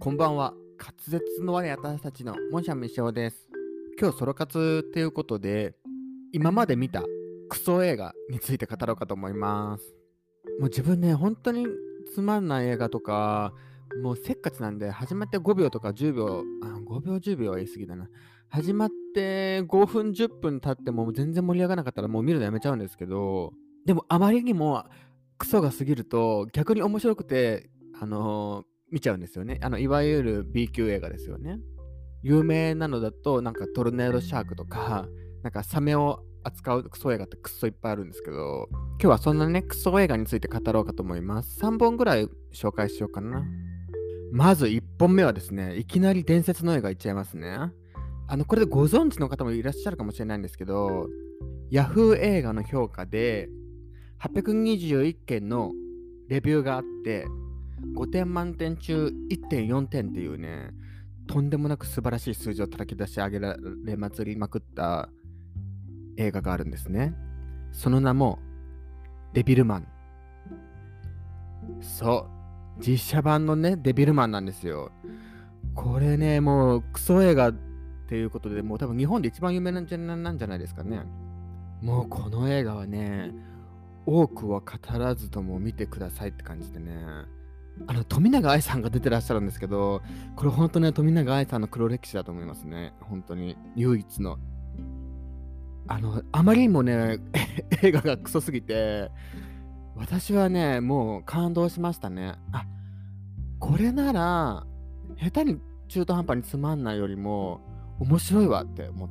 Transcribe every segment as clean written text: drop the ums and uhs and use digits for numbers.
こんばんは。滑舌の悪い私たちのモンシャンミシオです。今日ソロ活っていうことで、今まで見たクソ映画について語ろうかと思います。もう自分ね、本当につまんない映画とか、もうせっかちなんで、始まって5秒とか10秒、5秒10秒は言い過ぎだな。始まって5分10分経っても全然盛り上がらなかったらもう見るのやめちゃうんですけど、でもあまりにもクソが過ぎると逆に面白くて、見ちゃうんですよね。いわゆる B 級映画ですよね。有名なのだと、なんかトルネードシャークとか、なんかサメを扱うクソ映画ってクソいっぱいあるんですけど、今日はそんなね、クソ映画について語ろうかと思います。3本ぐらい紹介しようかな。まず1本目はですね、いきなり伝説の映画いっちゃいますね。これでご存知の方もいらっしゃるかもしれないんですけど、ヤフー映画の評価で821件のレビューがあって、5点満点中1.4点っていうね、とんでもなく素晴らしい数字を叩き出し上げられまつりまくった映画があるんですね。その名もデビルマン。そう、実写版のね、デビルマンなんですよ。これね、もうクソ映画っていうことでもう多分日本で一番有名なんじゃないですかね。もうこの映画はね、多くは語らずとも見てくださいって感じでね。富永愛さんが出てらっしゃるんですけど、これ本当ね、富永愛さんの黒歴史だと思いますね。本当に。唯一の。あまりにもね、映画がクソすぎて、私はね、もう感動しましたね。これなら、下手に中途半端につまんないよりも、面白いわって思って、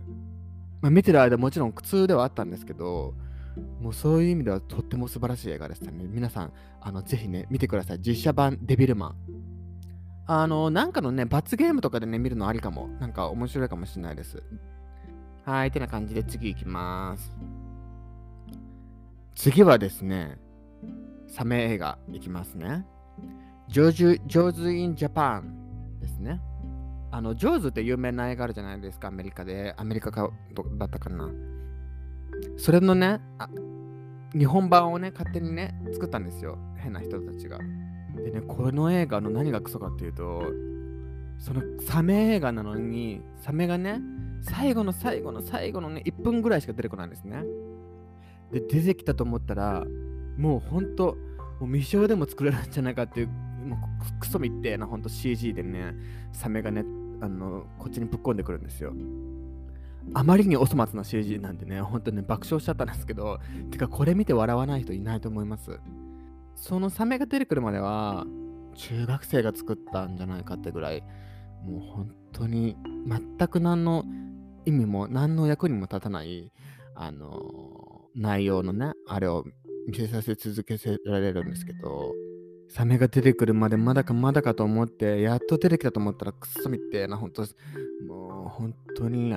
見てる間もちろん苦痛ではあったんですけど、もうそういう意味ではとっても素晴らしい映画でしたね。皆さん、ぜひね、見てください。実写版デビルマン。なんかのね、罰ゲームとかでね、見るのありかも。なんか面白いかもしれないです。はい、てな感じで次行きます。次はですね、サメ映画いきますね。ジョーズ・イン・ジャパンですね。ジョーズって有名な映画あるじゃないですか、アメリカで。アメリカかだったかな。それのね、日本版をね、勝手にね、作ったんですよ。変な人たちが。でね、この映画の何がクソかっていうと、そのサメ映画なのに、サメがね、最後の最後の最後のね、1分ぐらいしか出てこないんですね。で、出てきたと思ったら、もうほんと、もう未生でも作れるんじゃないかっていう、もうクソみってえな、ほんと CG でね、サメがね、こっちにぶっ込んでくるんですよ。あまりにお粗末な CG なんでね、ほんとね、爆笑しちゃったんですけど、てかこれ見て笑わない人いないと思います。そのサメが出てくるまでは、中学生が作ったんじゃないかってぐらい、もう本当に全く何の意味も何の役にも立たない、内容のね、あれを見せさせ続けられるんですけど、サメが出てくるまでまだかまだかと思って、やっと出てきたと思ったらくっそみってえな、もう本当に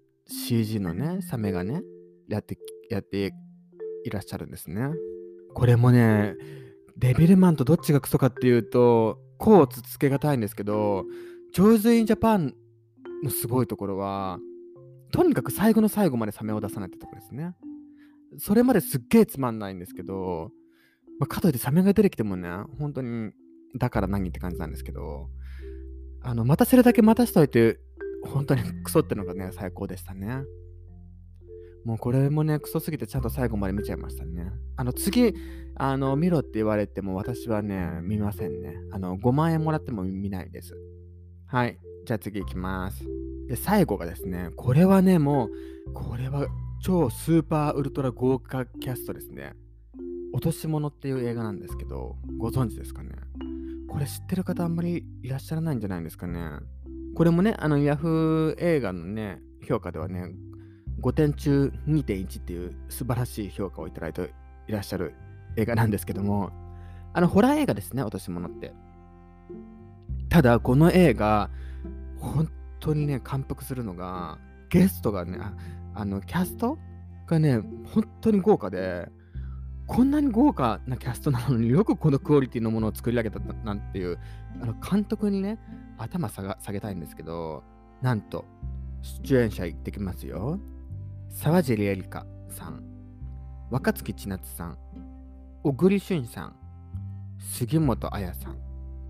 CG のね、サメがね、やっていらっしゃるんですね。これもね、デビルマンとどっちがクソかっていうと、甲乙つけがたいんですけど、ジョーズ・イン・ジャパンのすごいところは、とにかく最後の最後までサメを出さないってところですね。それまですっげえつまんないんですけど、かといってサメが出てきてもね、本当に、だから何って感じなんですけど、待たせるだけ待たしといて、本当にクソってのがね、最高でしたね。もうこれもね、クソすぎてちゃんと最後まで見ちゃいましたね。次、見ろって言われても私はね、見ませんね。5万円もらっても見ないです。はい。じゃあ次行きます。で、最後がですね、これはね、もう、これは超スーパーウルトラ豪華キャストですね。落とし物っていう映画なんですけど、ご存知ですかね。これ知ってる方あんまりいらっしゃらないんじゃないですかね。これもね、ヤフー映画のね、評価ではね、5点中2.1っていう素晴らしい評価をいただいていらっしゃる映画なんですけども、ホラー映画ですね、落とし物って。ただ、この映画、本当にね、感服するのが、ゲストがね、キャストがね、本当に豪華で、こんなに豪華なキャストなのによくこのクオリティのものを作り上げたなんていう、監督にね、頭下げたいんですけど、なんと、出演者行ってきますよ。沢尻エリカさん、若槻千夏さん、小栗旬さん、杉本彩さん、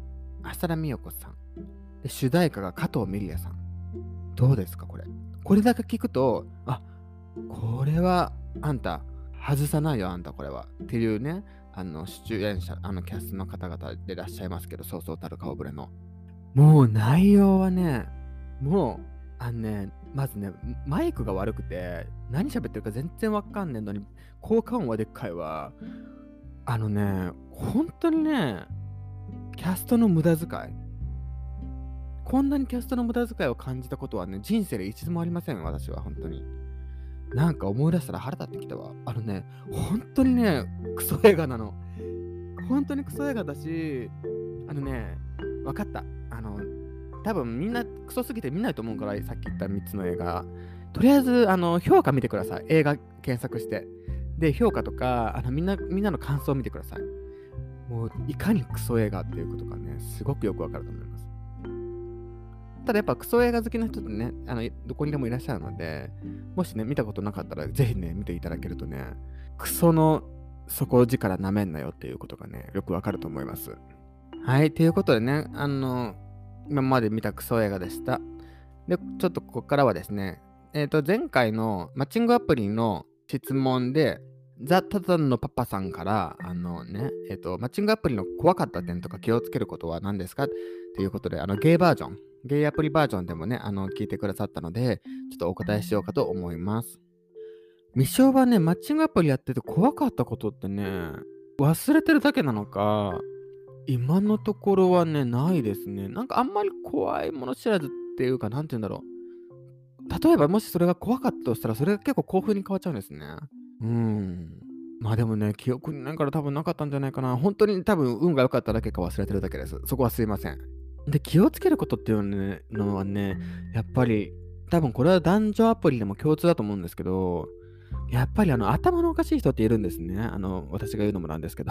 浅田美代子さん。で、主題歌が加藤ミリヤさん。どうですか、これ。これだけ聞くと、これはあんた、外さないよ、あんた、これは。っていうね、出演者、キャストの方々でいらっしゃいますけど、そうそうたる顔ぶれの。もう内容はね、もう、まずね、マイクが悪くて、何喋ってるか全然わかんねえのに、効果音はでっかいわ。本当にね、キャストの無駄遣い。こんなにキャストの無駄遣いを感じたことはね、人生で一度もありません、私は、本当に。なんか思い出したら腹立ってきたわ。本当にね、クソ映画なの。本当にクソ映画だし、わかった。多分みんなクソすぎて見ないと思うから、さっき言った3つの映画。とりあえず、評価見てください。映画検索して。で、評価とか、みんなの感想を見てください。もう、いかにクソ映画っていうことがね、すごくよくわかると思います。ただやっぱクソ映画好きな人ってね、どこにでもいらっしゃるので、もしね、見たことなかったら、ぜひね、見ていただけるとね、クソの底力なめんなよっていうことがね、よくわかると思います。はい、ということでね、今まで見たクソ映画でした。で、ちょっとここからはですね、前回のマッチングアプリの質問で、ザ・タタンのパパさんから、マッチングアプリの怖かった点とか気をつけることは何ですかっていうことで、ゲイバージョン、ゲイアプリバージョンでもね、聞いてくださったので、ちょっとお答えしようかと思います。未章はね、マッチングアプリやってて怖かったことってね、忘れてるだけなのか、今のところはね、ないですね。なんかあんまり怖いもの知らずっていうか、なんて言うんだろう。例えばもしそれが怖かったとしたら、それが結構興奮に変わっちゃうんですね。まあでもね、記憶にないから多分なかったんじゃないかな。本当に多分運が良かっただけか忘れてるだけです。そこはすいません。で、気をつけることっていうのはね、やっぱり、多分これは男女アプリでも共通だと思うんですけど、やっぱり頭のおかしい人っているんですね。私が言うのもなんですけど。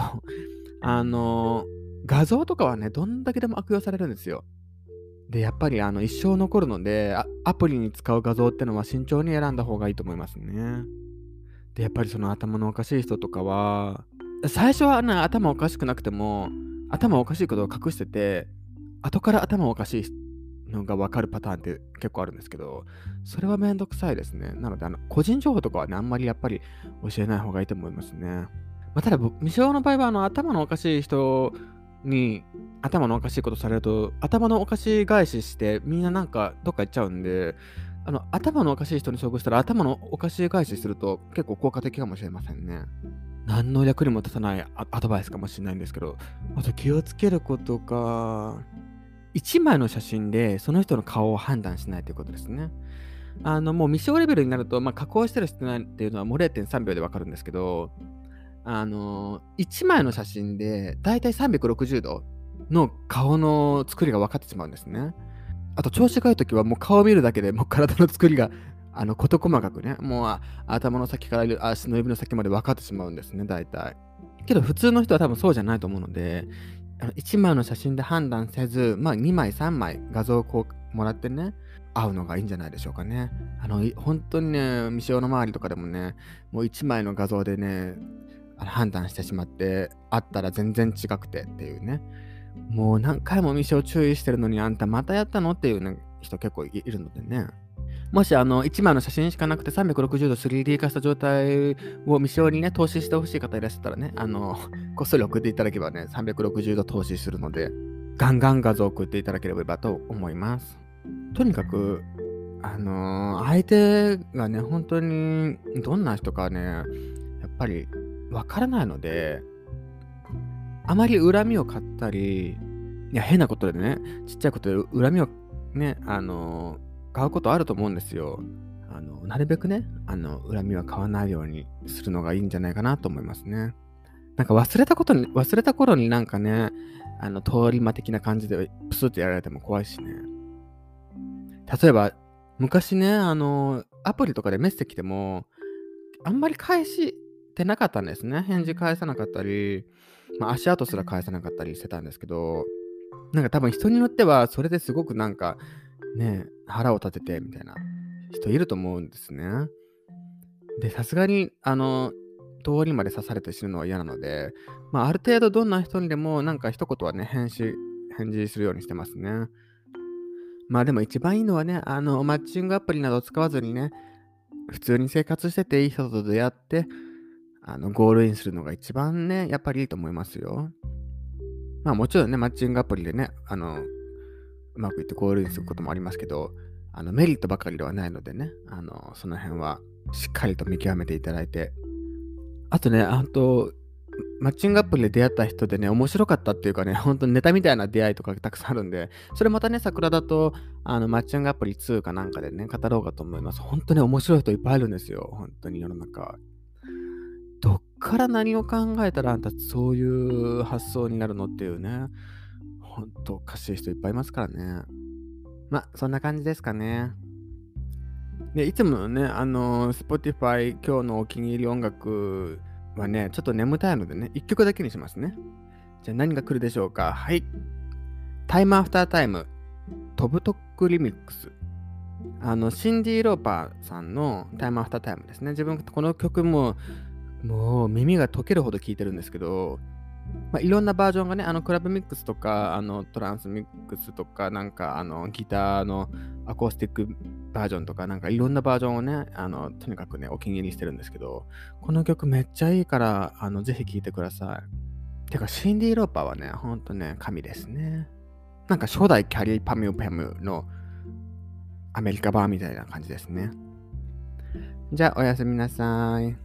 画像とかはね、どんだけでも悪用されるんですよ。で、やっぱり一生残るので、アプリに使う画像ってのは慎重に選んだ方がいいと思いますね。で、やっぱりその頭のおかしい人とかは、最初はね、頭おかしくなくても、頭おかしいことを隠してて、後から頭おかしいのが分かるパターンって結構あるんですけど、それはめんどくさいですね。なので、個人情報とかはね、あんまりやっぱり教えない方がいいと思いますね。ただ、未生の場合は、頭のおかしい人に頭のおかしいことされると、頭のおかしい返しして、みんななんかどっか行っちゃうんで、頭のおかしい人に遭遇したら、頭のおかしい返しすると結構効果的かもしれませんね。何の役にも立たないアドバイスかもしれないんですけど、あと気をつけることか、1枚の写真でその人の顔を判断しないということですね。もう未生レベルになると、加工してるしてないっていうのはもう0.3秒でわかるんですけど、1枚の写真でだいたい360度の顔の作りが分かってしまうんですね。あと調子がいいときはもう顔を見るだけでもう体の作りが事細かくね、もう頭の先から足の指の先まで分かってしまうんですね、大体。けど普通の人は多分そうじゃないと思うので、1枚の写真で判断せず、2枚、3枚画像をこうもらってね、会うのがいいんじゃないでしょうかね。本当にね、未生の周りとかでもね、もう1枚の画像でね、判断してしまって、会ったら全然違くてっていうね。もう何回も未生注意してるのにあんたまたやったのっていう、ね、人結構いるのでね。もし1枚の写真しかなくて360度 3D 化した状態を未生にね、投資してほしい方いらっしゃったらね、こっそり送っていただければね、360度投資するので、ガンガン画像を送っていただければと思います。とにかく、相手がね、本当にどんな人かね、やっぱりわからないので、あまり恨みを買ったり、いや、変なことでね、ちっちゃいことで恨みをね、買うことあると思うんですよ。なるべくね、恨みは買わないようにするのがいいんじゃないかなと思いますね。なんか忘れた頃になんかね、通り魔的な感じでプスッとやられても怖いしね。例えば、昔ね、アプリとかでメッセージ来ても、あんまり返してなかったんですね。返事返さなかったり、足跡すら返さなかったりしてたんですけど、なんか多分人によっては、それですごくなんか、ね、腹を立ててみたいな人いると思うんですね。で、さすがに、通りまで刺されて死ぬのは嫌なので、ある程度どんな人にでも、なんか一言はね、返返事するようにしてますね。まあでも一番いいのはね、マッチングアプリなどを使わずにね、普通に生活してていい人と出会って、ゴールインするのが一番ね、やっぱりいいと思いますよ。まあもちろんね、マッチングアプリでね、うまくいってゴールインすることもありますけど、メリットばかりではないのでね、その辺はしっかりと見極めていただいて。あとね、マッチングアプリで出会った人でね、面白かったっていうかね、本当にネタみたいな出会いとかたくさんあるんで、それまたね、桜だと、マッチングアプリ2かなんかでね、語ろうかと思います。本当に面白い人いっぱいいるんですよ。本当に世の中。どっから何を考えたらあんたそういう発想になるのっていうね、本当おかしい人いっぱいいますからね。まあ、そんな感じですかね。で、いつものね、Spotify 今日のお気に入り音楽はね、ちょっと眠たいのでね、1曲だけにしますね。じゃあ何が来るでしょうか。はい。タイムアフタータイム、トブトックリミックス。シンディ・ローパーさんのタイムアフタータイムですね。自分、この曲も耳が溶けるほど聴いてるんですけど、まあ、いろんなバージョンがね、クラブミックスとか、トランスミックスとか、なんか、ギターのアコースティックバージョンとか、なんかいろんなバージョンをね、とにかくね、お気に入りしてるんですけど、この曲めっちゃいいから、ぜひ聴いてください。てか、シンディ・ローパーはね、ほんとね、神ですね。なんか初代キャリーパミュパムのアメリカ版みたいな感じですね。じゃあ、おやすみなさい。